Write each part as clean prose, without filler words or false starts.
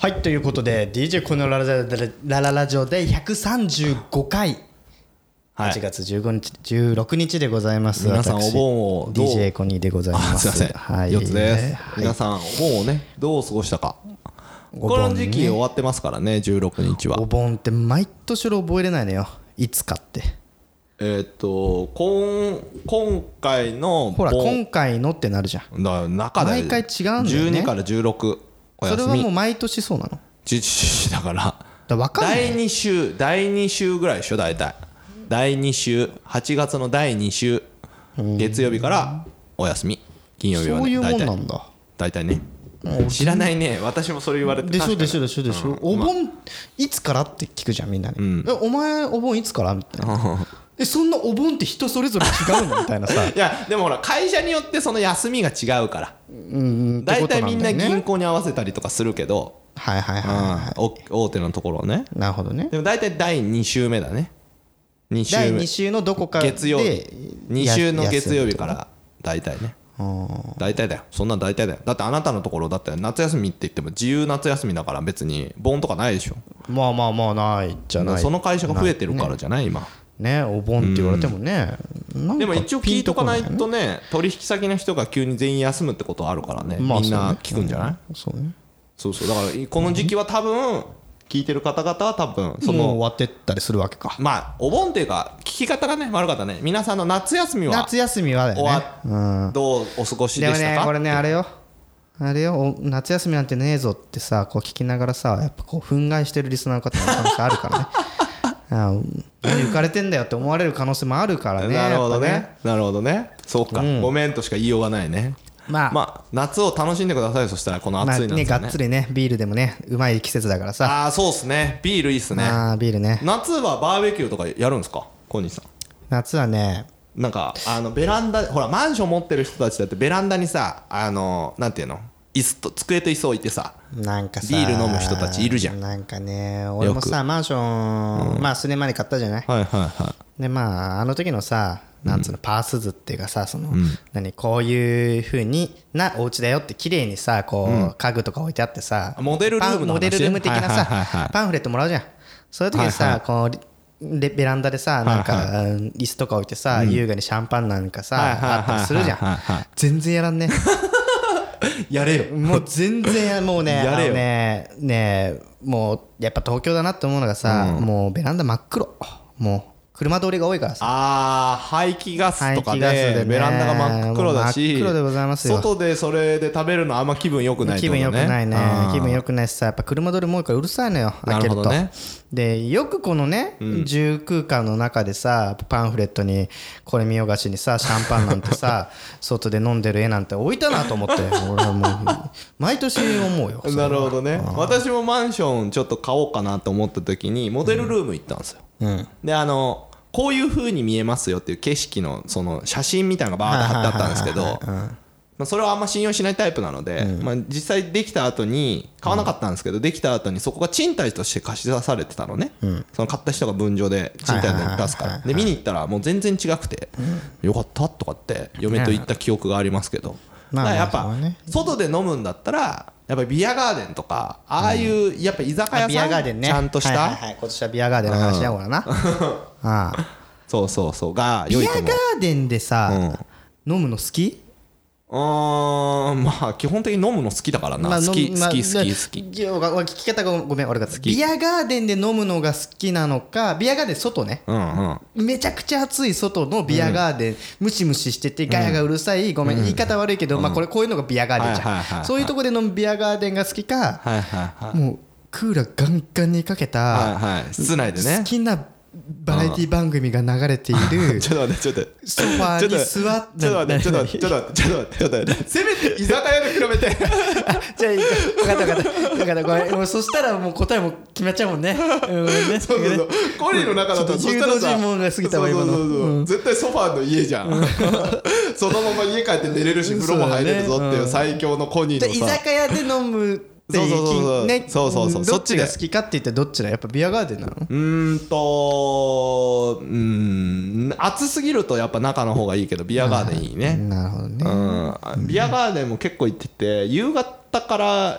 はい、ということで DJ コネララジオで135回、 はい、 8月15日16日でございます。 皆さんお盆をどう DJ コニーでございます。 すいません、 はい、 4つです、 はい、 皆さんお盆をねどう過ごしたか。この時期終わってますからね、16日は。 お盆って毎年覚えれないのよ、いつかって。 今回のほら今回のってなるじゃん。 中で毎回違うんだよね。 12から16お休み。 それはもう毎年そうなの。 だから分かんない。 第2週ぐらいでしょ大体。第2週8月の第2週月曜日からお休み、金曜日はね、 そういうもんなんだ大体ね。知らないね、私もそれ言われて。 でしょ、お盆いつからって聞くじゃんみんなに、お前お盆いつからみたいなそんなお盆って人それぞれ違うのみたいなさいやでもほら会社によってその休みが違うから、大体みんな銀行に合わせたりとかするけど、大手のところね。 なるほどね。 でも大体第2週目だね。 第2週のどこかで月曜日、2週の月曜日から大体ね。大体だよ、そんなん大体だよ。だってあなたのところだって夏休みって言っても自由夏休みだから別に盆とかないでしょ。 まあないじゃない。 その会社が増えてるからじゃない今ね。お盆って言われてもね、 でも一応聞いとかないとね、取引先の人が急に全員休むってことあるからね、みんな聞くんじゃない？そうだからこの時期は多分聞いてる方々は多分そのもう終わってったりするわけか。 まあお盆っていうか聞き方がね悪かったね。皆さんの夏休みはだよね。 どうお過ごしでしたか？ でもねこれねあれよ夏休みなんてねえぞってさこう聞きながらさやっぱこう憤慨してるリスナーの方も可能性あるからね何浮かれてんだよって思われる可能性もあるからね。 なるほどね、なるほどね。そうか、ごめんとしか言いようがないね。まあ夏を楽しんでください。そしたらこの暑い夏ね、 がっつりねビールでもねうまい季節だからさ。 そうっすね、ビールいいっすね。 ビールね。 夏はバーベキューとかやるんですか小西さん？ 夏はねなんかベランダ、ほらマンション持ってる人たちだってベランダにさなんていうの、椅子と机と椅子置いてさ、 なんかさビール飲む人たちいるじゃん。 なんかね俺もさマンション、数年前に買ったじゃない。であの時のさなんつうのパース図っていうかさ、そのこういう風になお家だよって綺麗にさこう家具とか置いてあってさ、 モデルルームの話、 モデルルーム的なさパンフレットもらうじゃん。そういう時にさこうベランダでさなんか椅子とか置いてさ優雅にシャンパンなんかさあったりするじゃん。全然やらんねやれよもう全然もうねやれよねもうやっぱ東京だなって思うのがさ、もうベランダ真っ黒、もう車通りが多いからさ。 排気ガスとかでベランダが真っ黒だし、 真っ黒でございますよ。 外でそれで食べるのあんま気分良くないってことね。 気分良くないね。気分良くないしさ、やっぱ車通りも多いからうるさいのよ、開けると。でよくこのね住空間の中でさパンフレットにこれ見よがしにさシャンパンなんてさ外で飲んでる絵なんて置いたなと思って俺はもう毎年思うよ。 なるほどね。私もマンションちょっと買おうかなと思った時にモデルルーム行ったんですよ。でこういう風に見えますよっていう景色のその写真みたいなのがバーって貼ってあったんですけど、それはあんま信用しないタイプなので、実際できた後に買わなかったんですけど、できた後にそこが賃貸として貸し出されてたのね。その買った人が分譲で賃貸で出すから。で見に行ったらもう全然違くて、よかったとかって嫁と言った記憶がありますけど、だからやっぱ外で飲むんだったらやっぱりビアガーデンとかああいうやっぱ居酒屋さんちゃんとした今年はビアガーデンの話だからな。 そうが良いと思う。 ビアガーデンでさ飲むの好き？ まあ基本的に飲むの好きだからな。好き聞き方がごめん俺がビアガーデンで飲むのが好きなのか、ビアガーデン外ね、めちゃくちゃ暑い外のビアガーデン、ムシムシしててガヤがうるさい、ごめん言い方悪いけどこれこういうのがビアガーデンじゃん。そういうとこで飲むビアガーデンが好きか、もうクーラーガンガンにかけた室内でね好きなバラエティ番組が流れているちょっと待ってソファーに座ってちょっと待ってせめて居酒屋で広めてじゃあいいか分かったごめんもうそしたらもう答えも決まっちゃうもんね。 そうコリーの中だとそしたらさ柔道尋問が過ぎたわ今の。 絶対ソファーの家じゃんそのまま家帰って寝れるし風呂も入れるぞっていう最強のコニーのさ居酒屋で飲むそうどっちが好きかって言ったらどっちだ？やっぱビアガーデンなの？暑すぎるとやっぱ中の方がいいけどビアガーデンいいね。 なるほどね。 ビアガーデンも結構行ってて夕方から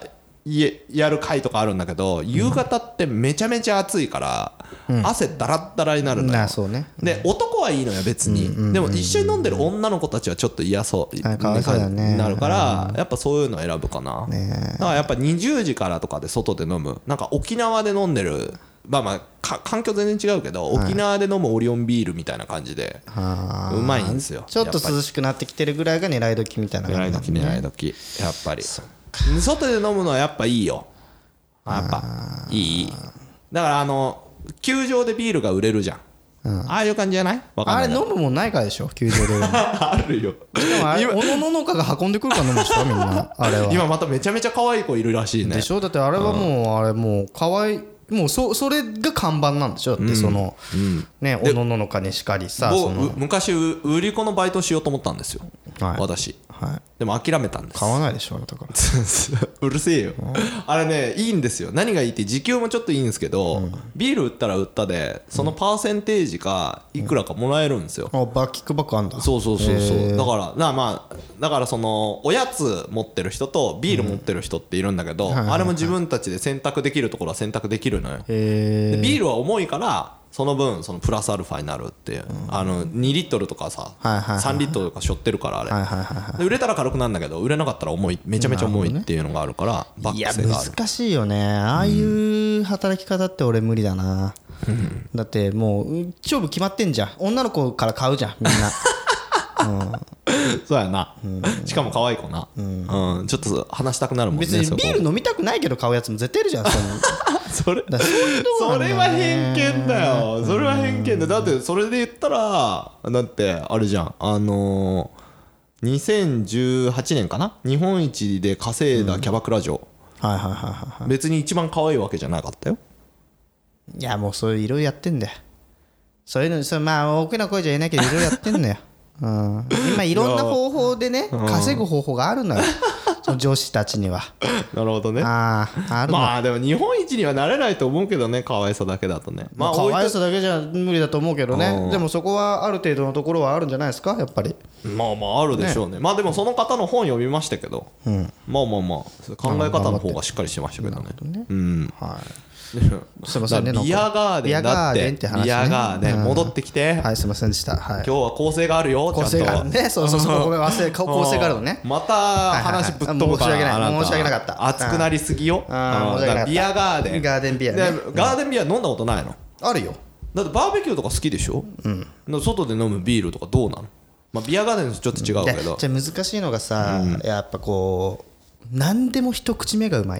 やる回とかあるんだけど、夕方ってめちゃめちゃ暑いから汗だらだらになるのよ。 そうね。 で男はいいのよ別に、でも一緒に飲んでる女の子たちはちょっと嫌そうかわいそうだねになるから、やっぱそういうの選ぶかな。だからやっぱ20時からとかで外で飲む、なんか沖縄で飲んでる、まあ環境全然違うけど、沖縄で飲むオリオンビールみたいな感じでうまいんですよ。 ちょっと涼しくなってきてるぐらいが狙い時みたいな感じ。 狙い時やっぱり外で飲むのはやっぱいいよ。やっぱいい。だから球場でビールが売れるじゃん、ああいう感じじゃない？わかんない。 あれ飲むもんないからでしょ球場であるよ。 しかもあれおののかが運んでくるから飲むでしょみんな。あれは今まためちゃめちゃ可愛い子いるらしいね。 でしょ。だってあれはもうあれもう可愛い、もうそれが看板なんでしょ。だってそのね、おののかにしかりさ、 昔売り子のバイトしようと思ったんですよ、私。でも諦めたんです。 買わないでしょだからうるせえよ。あれねいいんですよ。何がいいって時給もちょっといいんですけど、ビール売ったら売ったでそのパーセンテージがいくらかもらえるんですよ。 バッキックバックあんだ。 そうだからそのおやつ持ってる人とビール持ってる人っているんだけど、あれも自分たちで選択できるところは選択できるのよ。でビールは重いからその分そのプラスアルファになるっていう、2リットルとかさ、3リットルとか背負ってるからあれ、で売れたら軽くなるんだけど売れなかったら重い、めちゃめちゃ重いっていうのがあるからバック性がある。 いや難しいよねああいう働き方って。俺無理だな、だってもう勝負決まってんじゃん。女の子から買うじゃんみんなそうやな、しかも可愛い子な、ちょっと話したくなるもんね。 別にビール飲みたくないけど買うやつも絶対いるじゃんそれは偏見だよ。それは偏見だ。だってそれで言ったらだってあれじゃん、2018年かな、日本一で稼いだキャバクラ嬢、別に一番可愛いわけじゃなかったよ。 いやもうそれいろいろやってんだよ。そういうのまあ大きな声じゃ言えないけどいろいろやってんのよ今いろんな方法でね稼ぐ方法があるのよその女子たちには。 なるほどね。 あるの。 まあでも日本一にはなれないと思うけどね、可愛さだけだとね。 まあ可愛さだけじゃ無理だと思うけどね。でもそこはある程度のところはあるんじゃないですかやっぱり。 まああるでしょうね。まあでもその方の本読みましたけど、まあ考え方の方がしっかりしてましたけどね。 すいませんね。 ビアガーデンだって。ビアガーデン戻ってきて。 はいすいませんでした。今日は構成があるよ。 構成があるね。そうごめん忘れ構成があるのね。 また話ぶっ飛ぶから。 申し訳なかった。 熱くなりすぎよ。ビアガーデン。 ガーデンビアね。 ガーデンビア飲んだことないの？ あるよ。 だってバーベキューとか好きでしょ。外で飲むビールとかどうなの？まあビアガーデンとちょっと違うけど。 じゃあ難しいのがさ、やっぱこう何でも一口目がうまい。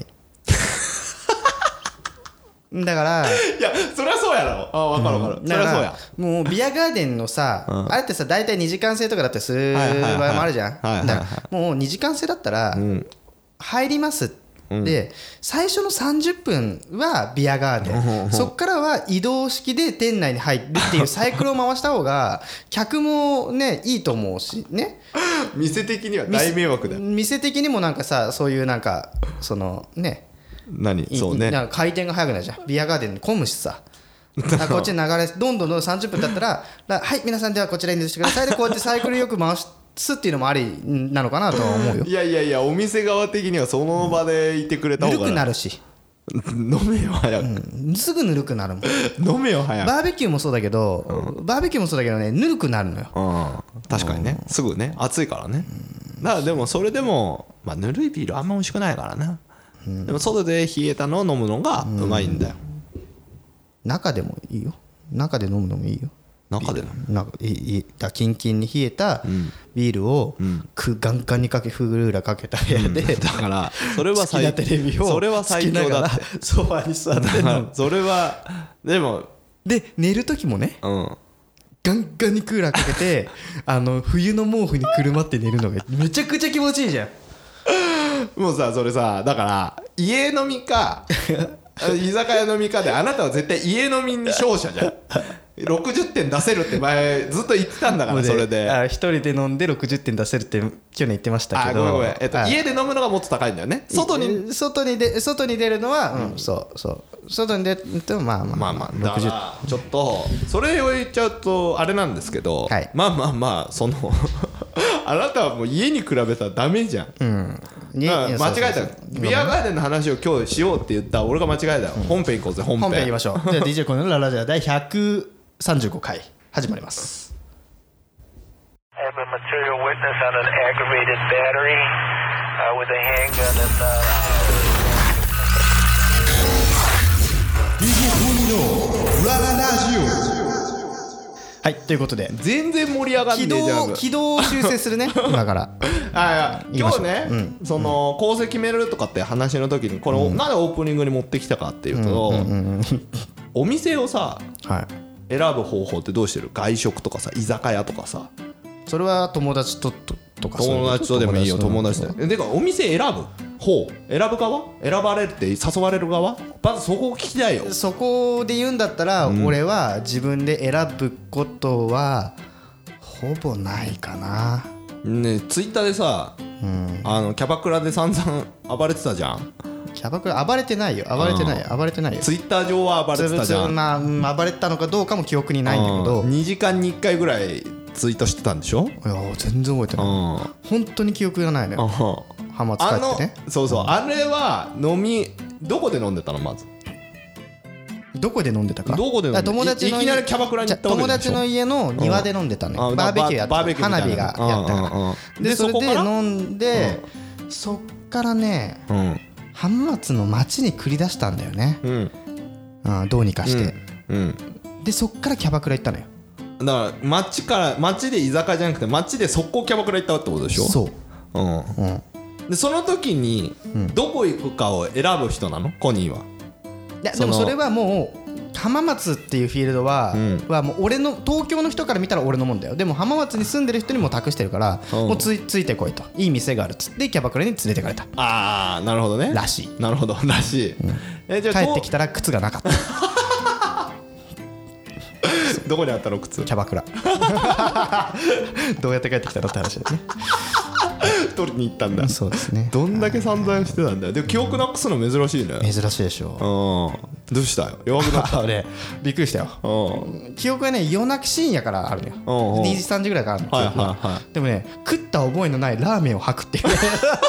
だからいやそりゃそうやろ。分かるそりゃそうや。 もうビアガーデンのさ、あれってさ大体2時間制とかだったりする場合もあるじゃん。だからもう2時間制だったら入りますで最初の30分はビアガーデンそっからは移動式で店内に入るっていうサイクルを回した方が客もねいいと思うしね。 店的には大迷惑だよ。 店的にもなんかさそういうなんかそのねそうね、 なんか回転が速くなるじゃん。ビアガーデンに混むしさこっちに流れどんどん30分経ったらはい皆さんではこちらに移動してくださいでこうやってサイクルよく回すっていうのもありなのかなとは思うよ。 いやお店側的にはその場でいてくれた方がぬるくなるし飲めよ早く、 すぐぬるくなるもん。 飲めよ早く。 バーベキューもそうだけど、ねぬるくなるのよ。 確かにね、すぐね暑いからね。だからでもそれでもまあぬるいビールあんま美味しくないからな。でも外で冷えたのを飲むのがうまいんだよ。 中でもいいよ。中で飲むのもいいよ。 中でキンキンに冷えたビールをガンガンにかけフルーラかけた部屋でだからそれは好きなテレビをそれは最強だってソファに座って飲む。 それはでもで寝る時もねガンガンにクーラーかけて冬の毛布にくるまって寝るのがめちゃくちゃ気持ちいいじゃん。 もうさそれさだから家飲みか居酒屋飲みかであなたは絶対家飲み勝者じゃん。60点出せるって前ずっと言ってたんだから。それで一人で飲んで60点出せるって去年言ってましたけど。 ごめん家で飲むのがもっと高いんだよね。外に出るのはそう外に出てもまあだからちょっとそれを言っちゃうとあれなんですけど、まあそのあなたはもう家に比べたらダメじゃん。 に間違えた。ビアガーデンの話を今日しようって言った俺が間違えたよ。本編行こうぜ、本編。 本編行きましょう。じゃあ DJ コネのララジャ第135回始まります。 I have a material witness on an aggravated battery with a handgun DJ コネのラララジオ。はい、ということで全然盛り上がんねえじゃん。 軌道を修正するねだから今日ね、その構成決めるとかって話の時にこれ、なんでオープニングに持ってきたかっていうと、お店をさ、選ぶ方法ってどうしてる？外食とかさ、居酒屋とかさ。 それは友達とか友達とでもいいよ、友達で。でかお店選ぶ方、選ぶ側、選ばれるって誘われる側、まずそこを聞きたいよ。 そこで言うんだったら、俺は自分で選ぶことはほぼないかな。 ね、ツイッターでさ、キャバクラで散々暴れてたじゃん。 キャバクラ暴れてないよ、暴れてないよ。 ツイッター上は暴れてたじゃん。 まあ暴れてたのかどうかも記憶にないんだけど、 2時間に1回ぐらいツイートしてたんでしょ？ いや全然覚えてない。本当に記憶がないのよ。浜松帰ってね。 そうそう、あれはどこで飲んでたの？まずどこで飲んでたか。 友達のいきなりキャバクラに行ったわけでしょ。 友達の家の庭で飲んでたのよ。バーベキューやってた、花火がやってた。でそれで飲んで、そっからね、浜松の町に繰り出したんだよね。どうにかして。でそっからキャバクラ行ったのよ。 だから町で居酒屋じゃなくて町で速攻キャバクラ行ったってことでしょ。 そう。 でその時にどこ行くかを選ぶ人なの？コニーは。 いやでもそれはもう浜松っていうフィールドはもう俺の東京の人から見たら俺のもんだよ。でも浜松に住んでる人にも託してるから、もうついてこいと、いい店があるっつってキャバクラに連れてかれた。 ああ、なるほどね。 らしい。 なるほどらしい。 じゃあ帰ってきたら靴がなかった。 どこにあったの？靴。 キャバクラ。どうやって帰ってきたのって話だよね。 取りに行ったんだ。 そうですね。 どんだけ散々してたんだよ。でも記憶なくすの珍しいね。 珍しいでしょ。 どうしたよ。弱くなった。 俺びっくりしたよ。記憶はね、夜泣き深夜からあるのよ。2時3時ぐらいからあるの。記憶は。でもね、食った覚えのないラーメンを吐くっていうね。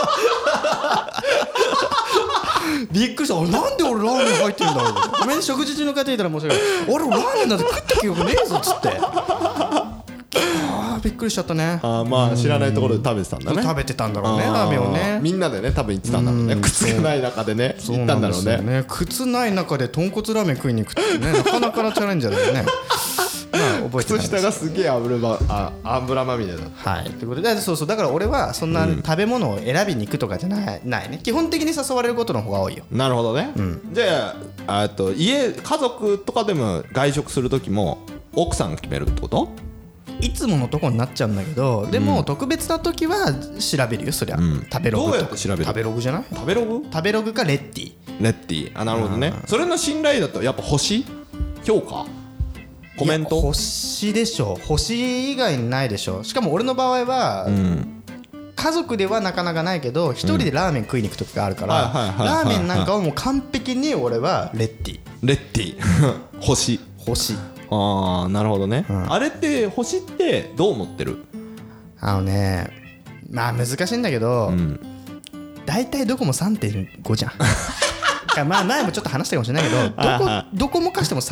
びっくりした。なんで俺ラーメン入ってるんだろう。ごめん、食事中の方いたら申し訳ない。俺ラーメンなんて食った記憶ねえぞっつって。びっくりしちゃったね。 まあ知らないところで食べてたんだね。 食べてたんだろうね、ラーメンをね。 みんなでね、多分行ってたんだろうね。靴がない中でね、行ったんだろうね。 靴ない中で豚骨ラーメン食いに行くってね、なかなかのチャレンジャーだよね。 靴下がすげえ油まみれだ。 はい、ということで、そうだから俺はそんな食べ物を選びに行くとかじゃないね。基本的に誘われることの方が多いよ。 なるほどね。じゃあ家族とかでも外食する時も奥さんが決めるってこと？ いつものとこになっちゃうんだけど、でも特別な時は調べるよ、そりゃ。食べログとか。 どうやって調べる？食べログじゃない？ 食べログかレッティ。 なるほどね。それの信頼だとやっぱ星？評価？コメント？ 星でしょ。星以外にないでしょ。しかも俺の場合は家族ではなかなかないけど、一人でラーメン食いに行く時があるから、ラーメンなんかはもう完璧に俺はレッティ。 星。ああ、なるほどね。あれって星ってどう思ってる？ まあ難しいんだけど、大体どこも 3.5 じゃん。まあ前もちょっと話したかもしれないけど、どこもかしても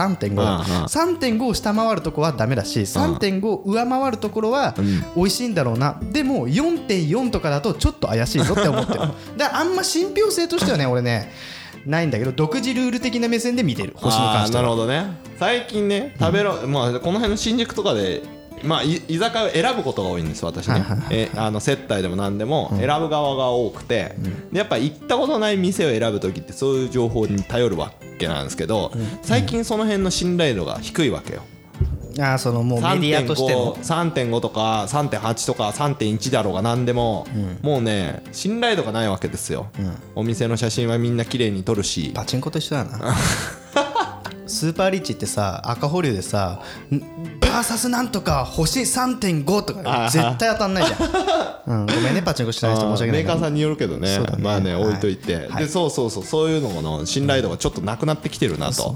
3.5 を下回るとこはダメだし、3.5 を上回るところは美味しいんだろうな。でも 4.4 とかだとちょっと怪しいぞって思ってる。だからあんま信憑性としてはね、俺ねないんだけど、独自ルール的な目線で見てる、星に関しては。 なるほどね。最近ね、この辺の新宿とかで居酒屋を選ぶことが多いんです、私ね。接待でも何でも選ぶ側が多くて、でやっぱ行ったことない店を選ぶ時ってそういう情報に頼るわけなんですけど、最近その辺の信頼度が低いわけよ。 そのもうメディアとしても 3.5 とか 3.8 とか 3.1 だろうが何でも、もうね信頼度がないわけですよ。お店の写真はみんな綺麗に撮るし、 パチンコと一緒だな。スーパーリッチってさ、赤保留でさバーサスなんとか星 3.5 とか絶対当たんないじゃん。ごめんね、パチンコしてない人申し訳ない。 メーカーさんによるけどね。まあね、置いといて、でそういうのの信頼度がちょっとなくなってきてるなと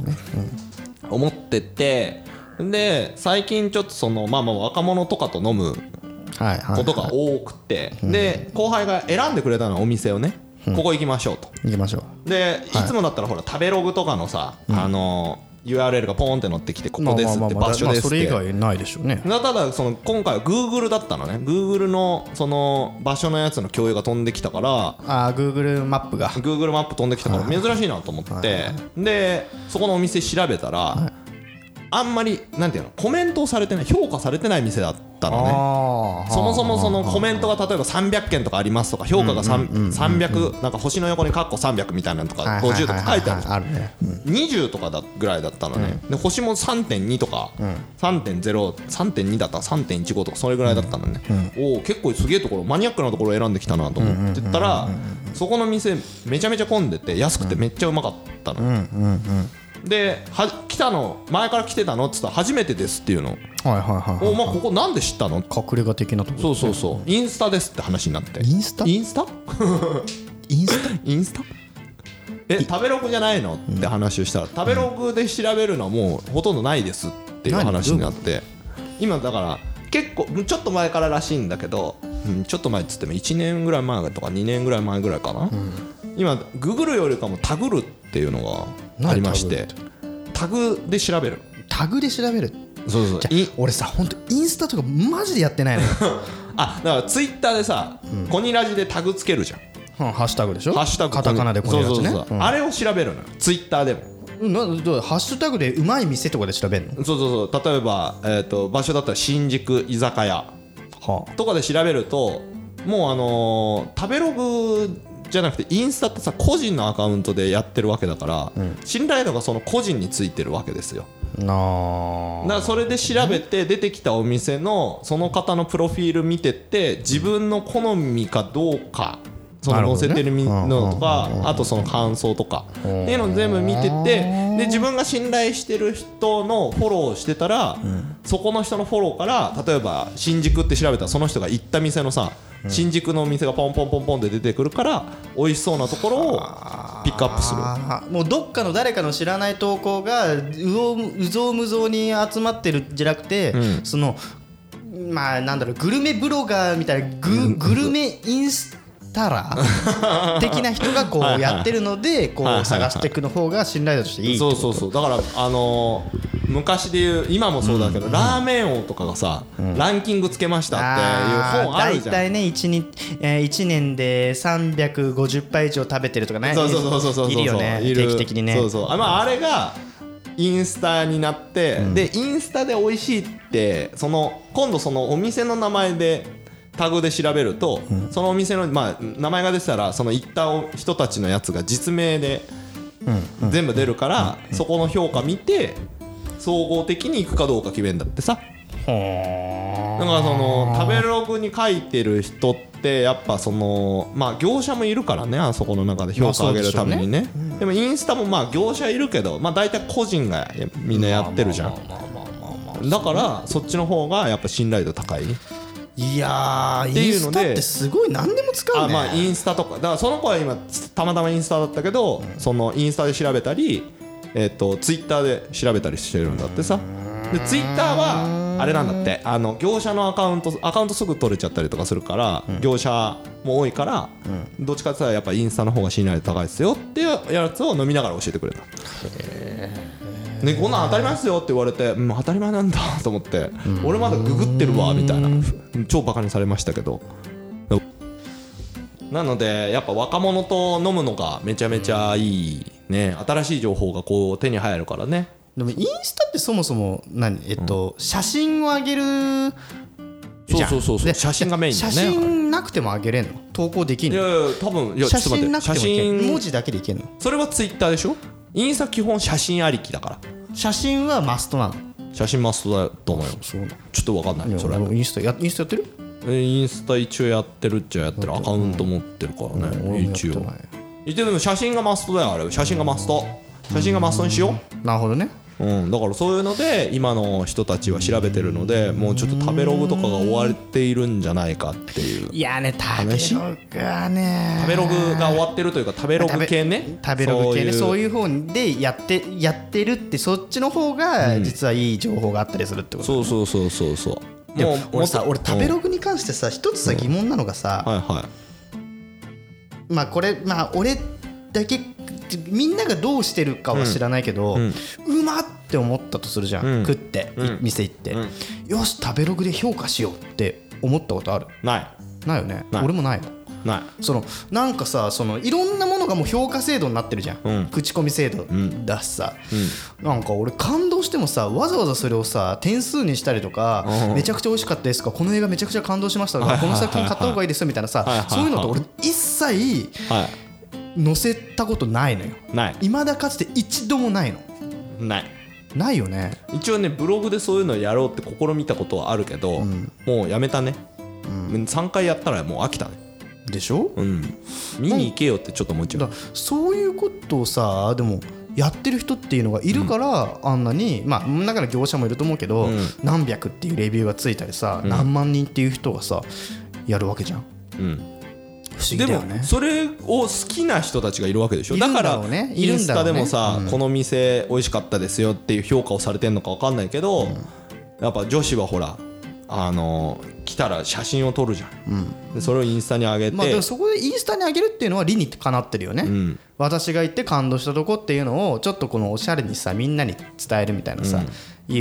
思ってて、で最近ちょっと若者とかと飲むことが多くて、で後輩が選んでくれたのはお店をね、ここ行きましょうと。 行きましょうで、いつもだったらほら食べログとかのさ、URL がポーンって載ってきて、ここですって場所ですって、 それ以外ないでしょうね。 ただその今回は Google だったのね。 Google のその場所のやつの共有が飛んできたから、 Google マップが Google マップ飛んできたから珍しいなと思って、でそこのお店調べたら、あんまりなんていうの、コメントをされてない、評価されてない店だったのね。そもそもそのコメントが例えば300件とかありますとか、評価が300、なんか星の横にカッコ300みたいなのとか50とか書いてある、20とかぐらいだったのね。で星も 3.2 とか 3.0、3.2 だったら 3.15 とかそれぐらいだったのね。おお、結構すげえところ、マニアックなところを選んできたなと思ってたら、そこの店めちゃめちゃ混んでて安くてめっちゃうまかったの。で来たの前から来てたのって言ったら初めてですっていうの。お前ここなんで知ったの？ 隠れ家的なところ。 そうインスタですって話になって。 インスタ食べログじゃないのって話をしたら、食べログで調べるのはもうほとんどないですっていう話になって、今だから結構ちょっと前かららしいんだけど、ちょっと前っつっても1年ぐらい前とか2年ぐらい前ぐらいかな。今ググるよりかもタグるっていうのがありまして、タグで調べる。 タグで調べる。 そう俺さ、本当インスタとかマジでやってないのよ。 だからツイッターでさ、コニラジでタグつけるじゃん。 ハッシュタグでしょ。 ハッシュタグカタカナでコニラジね。 あれを調べるのよ、ツイッターでも。 ハッシュタグでうまい店とかで調べるの？ そう例えば場所だったら新宿居酒屋とかで調べると、もう食べログじゃなくてインスタってさ、個人のアカウントでやってるわけだから、信頼度がその個人についてるわけですよ。だからそれで調べて出てきたお店のその方のプロフィール見てって、自分の好みかどうか、その載せてるのとか、あとその感想とかっていうのを全部見てて、で自分が信頼してる人のフォローをしてたら、そこの人のフォローから例えば新宿って調べたら、その人が行った店のさ、新宿のお店がポンポンポンポンって出てくるから、美味しそうなところをピックアップする。 もうどっかの誰かの知らない投稿がうぞうむぞうに集まってるんじゃなくて、そのなんだろう、グルメブロガーみたいなグルメインスタラー的な人がこうやってるので、こう探していくの方が信頼度としていい。 そうだから昔でいう、今もそうだけど、ラーメン王とかがさ、ランキングつけましたっていう本あるじゃん。 大体ね、1年で350杯以上食べてるとかね。 そういるよね、定期的にね。 あれがインスタになって、でインスタで美味しいって、今度そのお店の名前でタグで調べると、そのお店の名前が出てたら、その行った人たちのやつが実名で全部出るから、そこの評価見て総合的に行くかどうか決めるんだってさ。だからその食べログに書いてる人ってやっぱ業者もいるからね、あそこの中で評価を上げるためにね。でもインスタも業者いるけど、大体個人がみんなやってるじゃん。だからそっちの方がやっぱ信頼度高い。 いやー、インスタってすごい何でも使うね。 インスタとかだから、その子は今たまたまインスタだったけど、そのインスタで調べたり、ツイッターで調べたりしてるんだってさ。でツイッターはあれなんだって、業者のアカウントすぐ取れちゃったりとかするから、業者も多いから、どっちかって言ったらやっぱインスタの方が信頼度高いですよっていうやつを飲みながら教えてくれた。ね、こんなん当たり前ですよって言われて、当たり前なんだと思って、俺まだググってるわみたいな、超バカにされましたけど。なのでやっぱ若者と飲むのがめちゃめちゃいいね。新しい情報がこう手に入るからね。 でもインスタってそもそも写真を上げるじゃん。 そう写真がメインだね。 写真なくても上げれんの？投稿できんの？ いや多分写真なくてもいけん。文字だけでいけんの？ それはツイッターでしょ。インスタ基本写真ありきだから。 写真はマストなの？ 写真マストだと思うよ。ちょっと分かんないそれ。 インスタやってる？ インスタ一応やってるっちゃやってる。アカウント持ってるからね、一応。でも写真がマストだよ、あれ。写真がマストにしよう。 なるほどね。 だからそういうので今の人たちは調べてるので、もうちょっと食べログとかが終わっているんじゃないかっていう。 いやね、食べログが終わってるというか、食べログ系ね。 食べログ系ね。そういう方でやってるって、そっちの方が実はいい情報があったりするってこと。 そうでも俺食べログに関してさ一つさ疑問なのがさ、 はいはい、 まあこれ俺だけみんながどうしてるかは知らないけど、うまって思ったとするじゃん、食って、店行って、よし食べログで評価しようって思ったことある？ないよね。俺もないの。なんかさいろんなものがもう評価制度になってるじゃん、口コミ制度だしさ、なんか俺感動してもさわざわざそれをさ点数にしたりとか、めちゃくちゃ美味しかったですか、この映画めちゃくちゃ感動しましたとか、この作品買った方がいいですよみたいなさ、そういうのって俺一切載せたことないのよ。未だかつて一度もないの。ないよね。 一応ねブログでそういうのやろうって試みたことはあるけど、もうやめたね、3回やったらもう飽きたね。 でしょ、 見に行けよってちょっと思っちゃう。 そういうことをさでもやってる人っていうのがいるから、あんなにまあ中から業者もいると思うけど、何百っていうレビューがついたりさ、何万人っていう人がさやるわけじゃん。不思議だよね。 でもそれを好きな人たちがいるわけでしょ。だからインスタでもさ、この店美味しかったですよっていう評価をされてんのか分かんないけど、やっぱ女子はほら来たら写真を撮るじゃん、でそれをインスタに上げて、 でもそこでインスタに上げるっていうのは理にかなってるよね、私が行って感動したとこっていうのをちょっとこのおしゃれにさみんなに伝えるみたいなさ、いう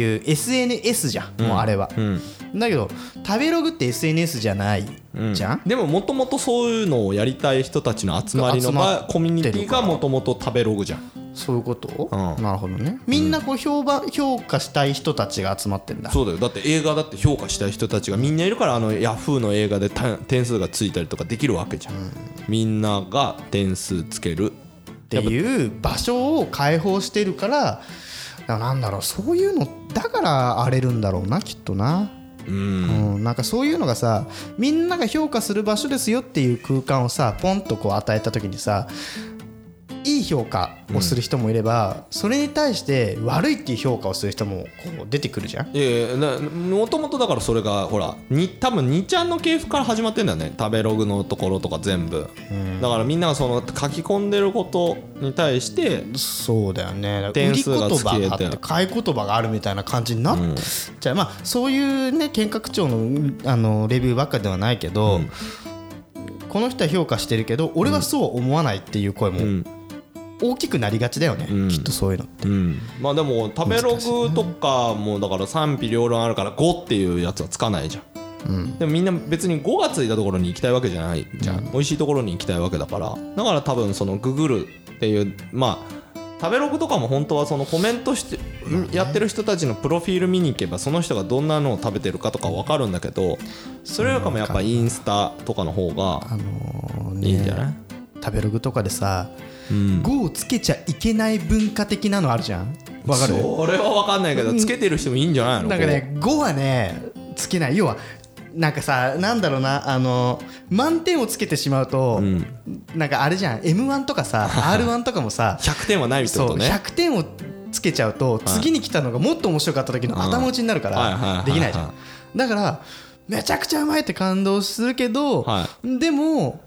SNS じゃん、もうあれは、だけど食べログって SNS じゃないじゃん、でももともとそういうのをやりたい人たちの集まりのコミュニティがもともと食べログじゃん。 そういうこと、なるほどね。みんなこう評価したい人たちが集まってんだ。 そうだよ。だって映画だって評価したい人たちがみんないるから、ヤフーの映画で点数がついたりとかできるわけじゃん、みんなが点数つけるっていう場所を開放してるから、なんだろう、そういうのだから荒れるんだろうなきっとな。なんかそういうのがさみんなが評価する場所ですよっていう空間をさポンとこう与えた時にさ、いい評価をする人もいれば、それに対して悪いっていう評価をする人もこう出てくるじゃん。 もともとだからそれがほら多分2ちゃんの系譜から始まってんだよね、食べログのところとか全部、だからみんながその書き込んでることに対してそうだよね、 点数がつけて売り言葉があって買い言葉があるみたいな感じになっちゃう、まあそういうね見学長のレビューばっかではないけど、この人は評価してるけど俺はそう思わないっていう声も大きくなりがちだよね、きっとそういうのって、 まあでも食べログとかもだから賛否両論あるから5っていうやつはつかないじゃん、でもみんな別に5がついたところに行きたいわけじゃないじゃん、美味しいところに行きたいわけだから、だから多分そのググるっていうまあ食べログとかも本当はそのコメントしてやってる人たちのプロフィール見に行けばその人がどんなのを食べてるかとか分かるんだけど、それよりかもやっぱインスタとかの方がいいんじゃない？ 食べログとかでさ5をつけちゃいけない文化的なのあるじゃん。わかる？ それは分かんないけどつけてる人もいいんじゃないの？ なんかね5はねつけない。要はなんかさなんだろうな満点をつけてしまうと、なんかあれじゃん M1 とかさR1 とかもさ 100点はないってことね。 そう100点をつけちゃうと次に来たのがもっと面白かった時の頭打ちになるからできないじゃん。だからめちゃくちゃうまいって感動するけど、でも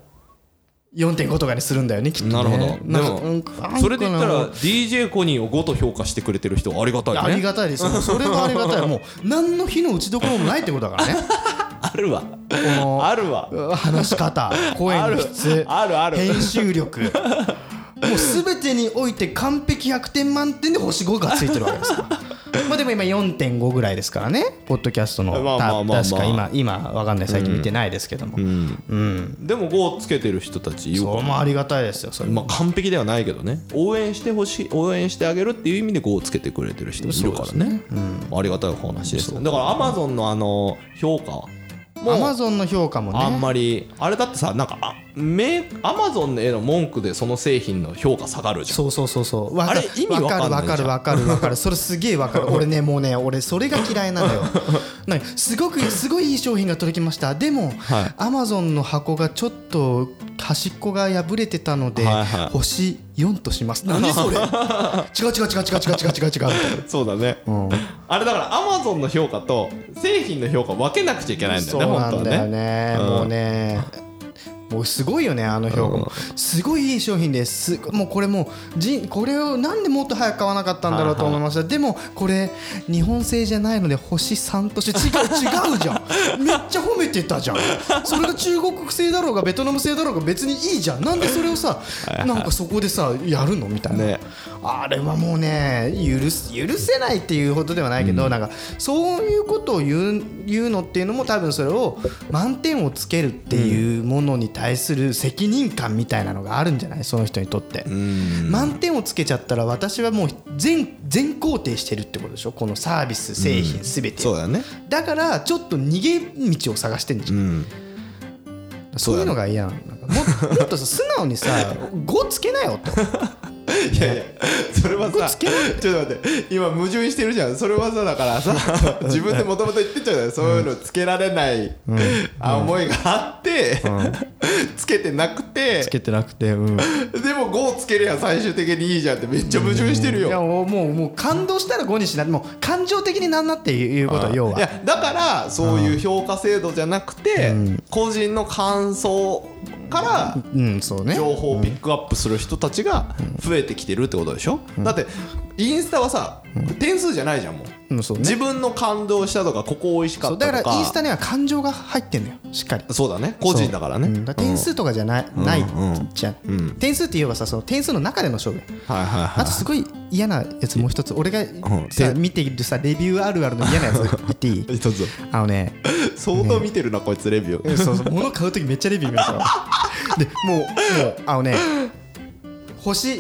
4.5 とかにするんだよねきっとね。 なるほど。でもそれで言ったら DJ コニーを5と評価してくれてる人はありがたいよね。 ありがたいですよ。それはありがたい。もう何の火の打ちどころもないってことだからね。 あるわ。あるわ。 話し方、声の質、編集力、もう全てにおいて完璧100点満点で星5がついてるわけですから。まあでも今 4.5 ぐらいですからねポッドキャストの確か今わかんない最近見てないですけども、でも5つけてる人たちいるから、 そうありがたいですよそれ。 まあ完璧ではないけどね、応援してあげるっていう意味で5をつけてくれてる人もいるからね、ありがたい話です。だから Amazon の評価アマゾンの評価もねあんまりあれだってさなんかアマゾンへの文句でその製品の評価下がるじゃん。 そうあれ意味わかんないじゃん。 わかるそれすげえわかる。俺ねもうね俺それが嫌いなのよ。なんかすごいいい商品が届きました。でもアマゾンの箱がちょっと端っこが破れてたので星4とします。何それ違うそうだね、あれだからアマゾンの評価と製品の評価分けなくちゃいけないんだよね。 そうなんだよね、もうねもうすごいよね、あの評価もすごいいい商品です。もうこれもうこれをなんでもっと早く買わなかったんだろうと思いました。でもこれ日本製じゃないので星3として違うじゃん。めっちゃ褒めてたじゃん。それが中国製だろうがベトナム製だろうが別にいいじゃん。なんでそれをさなんかそこでさやるのみたいな、ね、あれはもうね許せないっていうほどではないけど、なんかそういうことを言うのっていうのも多分それを満点をつけるっていうものに対する責任感みたいなのがあるんじゃない、その人にとって。満点をつけちゃったら私はもう全肯定してるってことでしょ、このサービス製品すべて、 そうだね。 だからちょっと逃げ道を探してんじゃん、そういうのが嫌なの。もっとさ素直にさ5つけなよと。 いやいやそれはさちょっと待って今矛盾してるじゃん。それはさだからさ自分でもともと言ってたじゃん、そういうのつけられない思いがあってつけてなくてでも 5つけりゃ最終的にいいじゃんってめっちゃ矛盾してるよ。 いやもう感動したら5にしない、もう感情的になんなっていうことは要は。 いやだからそういう評価制度じゃなくて個人の感想から情報をピックアップする人たちが増えてきてるってことでしょ。だってインスタはさ点数じゃないじゃん、もう自分の感動したとかここ美味しかったとか。 だからインスタには感情が入ってんのよ、しっかり。 そうだね、個人だからね。 点数とかじゃないじゃん。点数って言えばさその点数の中での勝負。あとすごい嫌なやつもう一つ、俺がさ見ているさレビューあるあるの嫌なやつ言っていい？ 一つ。相当見てるなこいつレビュー。 そう物買うときめっちゃレビュー見るからでもう星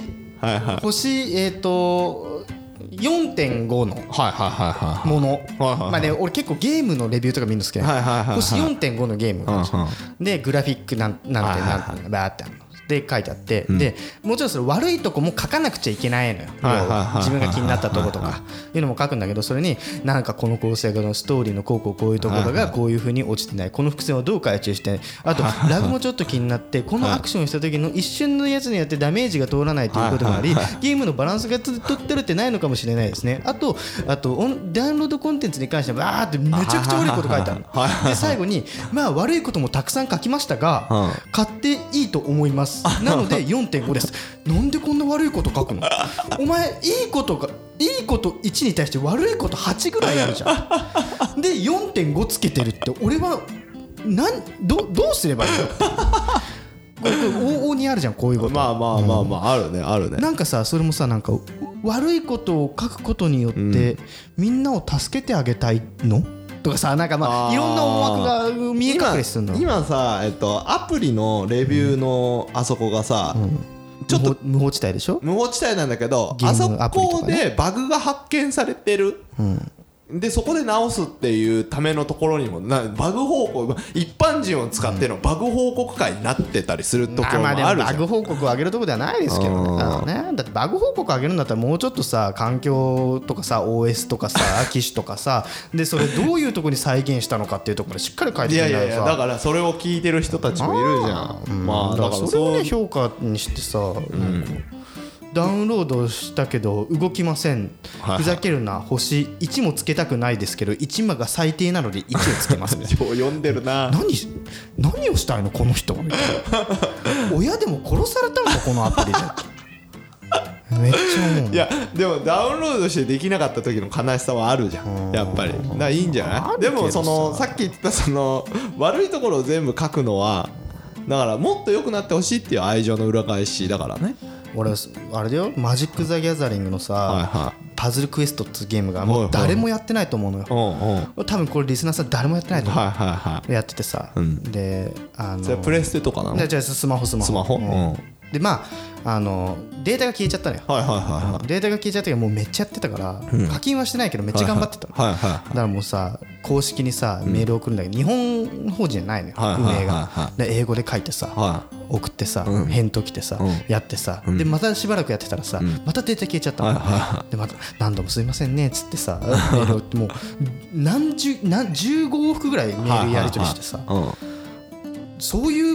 4.5 のもの、まあね俺結構ゲームのレビューとか見るの好きなの。星 4.5 のゲームがあるじゃん。でグラフィックなんてバーってあるので書いてあって、でもちろんそれ悪いとこも書かなくちゃいけないのよ。自分が気になったとことかいうのも書くんだけど、それになんかこの構成のストーリーのこういうところがこういう風に落ちてない、この伏線をどう回収してない、あとラグもちょっと気になって、このアクションをした時の一瞬のやつによってダメージが通らないということもあり、ゲームのバランスが取れてないのかもしれないですね。あとダウンロードコンテンツに関してはバーってめちゃくちゃ悪いこと書いてあるので、最後にまあ悪いこともたくさん書きましたが買っていいと思います、なので 4.5 です。なんでこんな悪いこと書くの？お前いいこと1に対して悪いこと8ぐらいあるじゃん。で 4.5 つけてるって俺はどうすればいいの？これ往々にあるじゃん、こういうこと。 まああるねあるね。 なんかさそれもさなんか悪いことを書くことによってみんなを助けてあげたいの？とかさ、なんかまあいろんな思惑が見え隠れするの。 今さアプリのレビューのあそこがさちょっと無法地帯でしょ。 無法地帯なんだけど、あそこでバグが発見されてる、でそこで直すっていうためのところにもバグ報告、一般人を使ってのバグ報告会になってたりするところもあるじゃん。 バグ報告を上げるところではないですけどね。だってバグ報告を上げるんだったらもうちょっとさ環境とかさ OS とかさ機種とかさでそれどういうところに再現したのかっていうところでしっかり書いてくれないとさ。 いやだからそれを聞いてる人たちもいるじゃん。 まあだからそれをね評価にしてさ、ダウンロードしたけど動きません、ふざけるな、星1もつけたくないですけど1が最低なので1をつけますね。 読んでるな。 何をしたいのこの人みたいな。親でも殺されたのかこのアプリで。めっちゃ思う。 いやでもダウンロードしてできなかった時の悲しさはあるじゃん、やっぱり。だからいいんじゃない？でもさっき言った悪いところを全部書くのはだからもっと良くなってほしいっていう愛情の裏返しだからね。 俺あれだよ、マジック・ザ・ギャザリングのさ、パズルクエストっていうゲームがもう誰もやってないと思うのよ。多分これリスナーさん誰もやってないと思う。やっててさ、でそれプレステとかなの？ じゃあスマホでまあデータが消えちゃったのよ。データが消えちゃったけどもうめっちゃやってたから課金はしてないけどめっちゃ頑張ってたの。だからもうさ公式にさメール送るんだけど日本法人じゃないのよ、運営が。で英語で書いてさ送ってさ返答来てさやってさ、でまたしばらくやってたらさまたデータ消えちゃったの。でまた何度もすいませんねっつってさメール送ってもう15往復ぐらいメールやり取りしてさ、そういう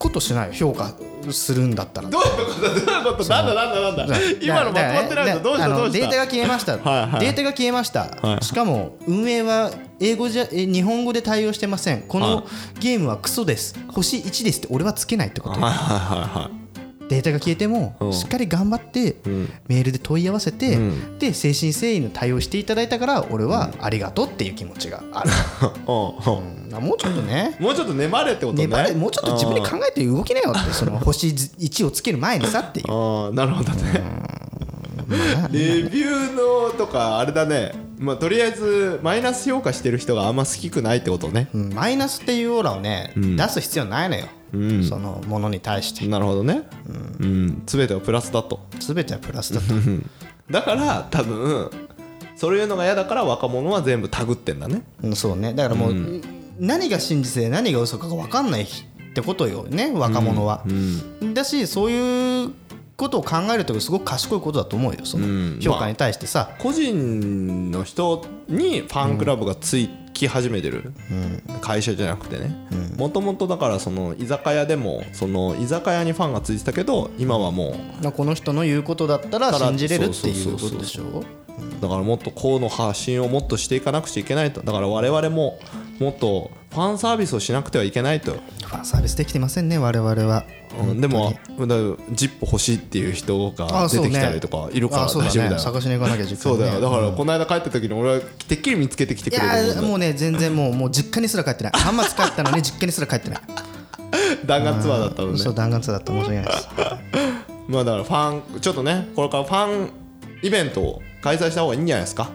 ことしないよ、評価するんだったら。 どういうことなんだ今のまとまってないのどうしたデータが消えました、 はいはい、 データが消えました、はい、しかも運営は日本語で対応してません、このゲームはクソです、星1ですって俺はつけないってこと、 はいはいはいはい、 データが消えてもしっかり頑張ってメールで問い合わせて、で誠心誠意の対応していただいたから俺はありがとうっていう気持ちがある、もうちょっとね、 もうちょっと粘れってことね、 もうちょっと自分で考えて動きなよってその星1をつける前にさっていう。 なるほどね。レビューのとかあれだね、まあ、とりあえずマイナス評価してる人があんま好きくないってことね、 マイナスっていうオーラをね、出す必要ないのよ、そのものに対して。 なるほどね、全てはプラスだと、 全てはプラスだとだから多分そういうのが嫌だから若者は全部タグってんだね、 そうね、だからもう、何が真実で何が嘘かが分かんないってことよね、若者は、だしそういうことを考えるとすごく賢いことだと思うよ、その評価に対してさ、 個人の人にファンクラブがつき始めてる会社じゃなくてね、もともとだからその居酒屋でもその居酒屋にファンがついてたけど今はもうこの人の言うことだったら信じれるっていうことでしょ。 だからもっとこの発信をもっとしていかなくちゃいけないと、だから我々ももっとファンサービスをしなくてはいけないと。 ファンサービスできてませんね我々は、 でもジップ欲しいっていう人が出てきたりとかいるから大丈夫だよ、 探しに行かなきゃ実家にね。 そうだよ、だからこの間帰った時に俺はてっきり見つけてきてくれる。 いやもうね全然もう実家にすら帰ってない、浜松帰ったのに実家にすら帰ってない弾丸ツアーだったのね。 そう弾丸ツアーだった、申し訳ないですまあだからファンちょっとねこれからファンイベントを開催した方がいいんじゃないですか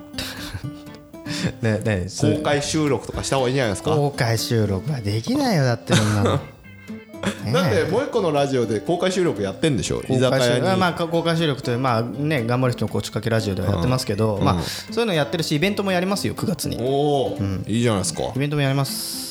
公開収録とかした方がいいんじゃないですか。 公開収録はできないよ、だってみんなのだってもう一個のラジオで公開収録やってんでしょ、居酒屋に。 まあ公開収録というまあね頑張る人のこちかけラジオではやってますけど、まあそういうのやってるしイベントもやりますよ9月に。 おお、いいじゃないですか。 イベントもやります。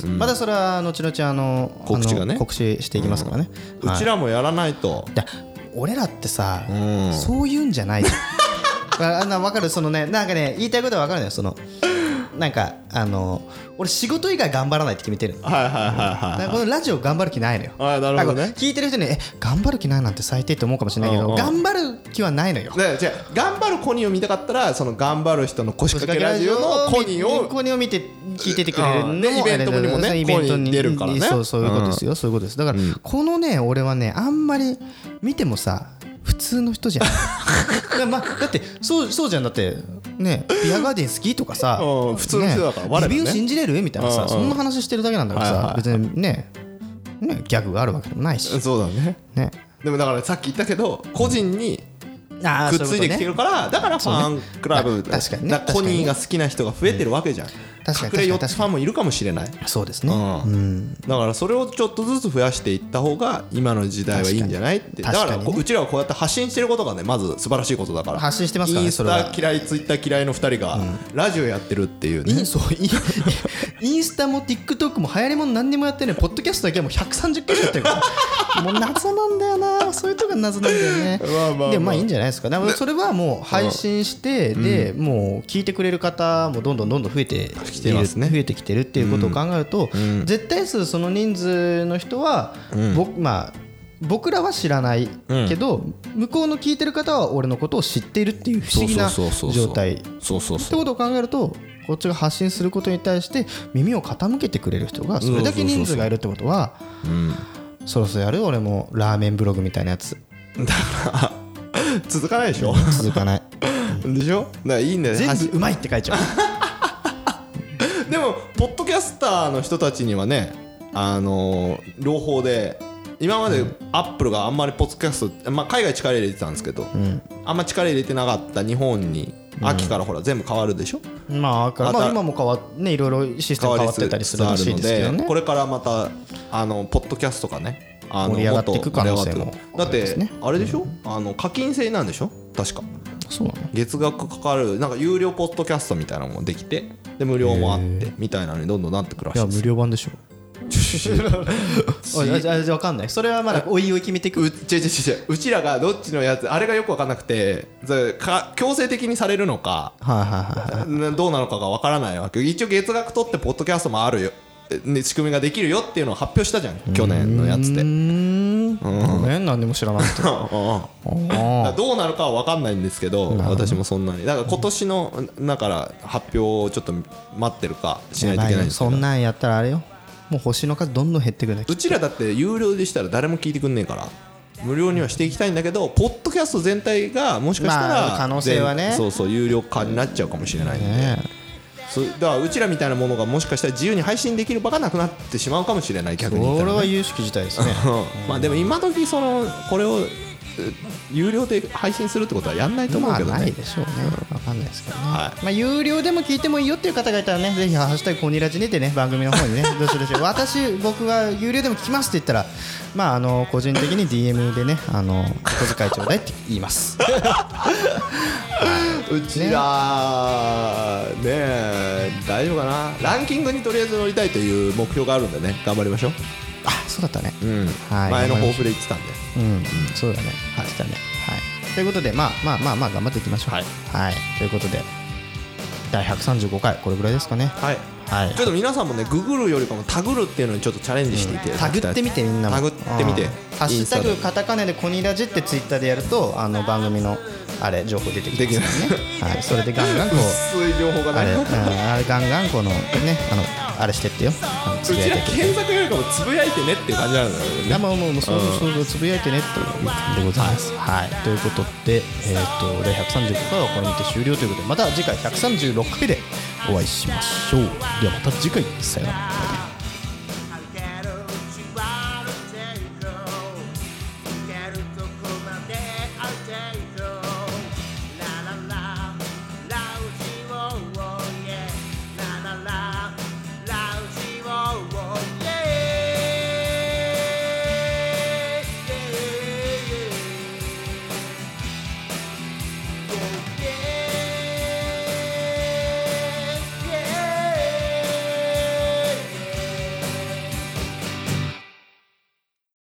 まだそれは後々 告知がね告知していきますからね。 うちらもやらないと。 いや俺らってさそういうんじゃないじゃん。分かる、そのねなんかね言いたいことは分かるのよ、そのなんか俺仕事以外頑張らないって決めてるの。 はいはいはいはい。 このラジオ頑張る気ないのよ。 なるほどね。 聞いてる人に頑張る気ないなんて最低って思うかもしれないけど、頑張る気はないのよ。 じゃあ頑張るコニーを見たかったらその頑張る人の腰掛けラジオのコニーを見て聞いててくれるのもイベントにもね、イベントに出るからね。 そういうことですよ、そういうことです。だからこのね俺はねあんまり見てもさ普通の人じゃんだってそうじゃん、だってねビアガーデン好きとかさ普通の人だからレビュー信じれるみたいなさ、そんな話してるだけなんだからさ、別にねギャグがあるわけでもないし。 そうだね。でもだからさっき言ったけど個人にくっついてきてるから、だからファンクラブ確かにね、 コニーが好きな人が増えてるわけじゃん。隠れ4つファンもいるかもしれない。 そうですね、 だからそれをちょっとずつ増やしていった方が今の時代はいいんじゃないって。だからうちらはこうやって発信してることがねまず素晴らしいことだから。 発信してますからね。 インスタ嫌いツイッター嫌いの2人がラジオやってるっていうね。 インスタも TikTok も流行りもん何にもやってね、ポッドキャストだけはもう130回やってるからもう謎なんだよな、そういうとこが謎なんだよねでもまあいいんじゃないですか。それはもう配信してでもう聞いてくれる方もどんどん増えてきてるっていうことを考えると、絶対数その人数の人は僕らは知らないけど、向こうの聞いてる方は俺のことを知っているっていう不思議な状態ってことを考えると、こっちが発信することに対して耳を傾けてくれる人がそれだけ人数がいるってことは、そろそろやる俺もラーメンブログみたいなやつ。 だから続かないでしょ。 続かないでしょ。だからいいんだよね、 全部うまいって書いちゃうでもポッドキャスターの人たちにはね朗報で今までアップルがあんまりポッドキャスト、海外力入れてたんですけど、あんま力入れてなかった日本に秋からほら全部変わるでしょ。 今もいろいろシステム変わってたりするらしいですけどね。 これからまたポッドキャストがね盛り上がっていく可能性もだってあれでしょ、課金制なんでしょ確か。 そうなの。 月額かかるなんか有料ポッドキャストみたいなのもできて、で無料もあってみたいなのにどんどんなってくるらしいです。 いや無料版でしょ分かんない、それはまだおいおい決めていく。 うちらがどっちのやつあれがよく分かんなくて、強制的にされるのかどうなのかが分からないわけ。一応月額取ってポッドキャストもあるよ仕組みができるよっていうのを発表したじゃん去年のやつで。 ごめん何でも知らなくてだからどうなるかは分かんないんですけど、私もそんなにだから今年のだから発表をちょっと待ってるかしないといけないんですけど、 そんなんやったらあれよ、もう星の数どんどん減ってくるね。 うちらだって有料でしたら誰も聞いてくんねえから、無料にはしていきたいんだけど、ポッドキャスト全体がもしかしたら可能性はね、 そうそう有料化になっちゃうかもしれないんで、だからうちらみたいなものがもしかしたら自由に配信できる場がなくなってしまうかもしれない。逆に言ったら、ね、 これは有識事態ですねまあでも今時これを有料で配信するってことはやんないと思うけどね。 まあないでしょうね、分かんないですけどね、 はい、 まあ有料でも聞いてもいいよっていう方がいたらね、ぜひハッシュタグコニラジにてね、番組の方にねどしどし僕は有料でも聞きますって言ったら、まあ個人的に DM でね小遣いちょうだいって言いますうちらね大丈夫かな。ランキングにとりあえず乗りたいという目標があるんでね、頑張りましょう。 あ、そうだったね、 はい、前の抱負で言ってたんで、 そうだね、はい、したね、はい、ということでまあ頑張っていきましょう。はい、ということで第135回これぐらいですかね。はい、 ちょっと皆さんもね、ググるよりかもタグるっていうのにちょっとチャレンジしていて、 タグってみて、みんなもタグってみて、 ハッシュタグカタカナでコニラジってツイッターでやると番組のあれ情報出てきますからねはい、それでガンガンこう薄い情報がねあれガンガンこのねあれしてってよ、 うちら検索よりかもつぶやいてねっていう感じなんだよね。 もうそうつぶやいてねっていう感じでございます。はい、ということで第135回はこれにて終了ということで、また次回136回でお会いしましょう。ではまた次回、さよなら。Yeah.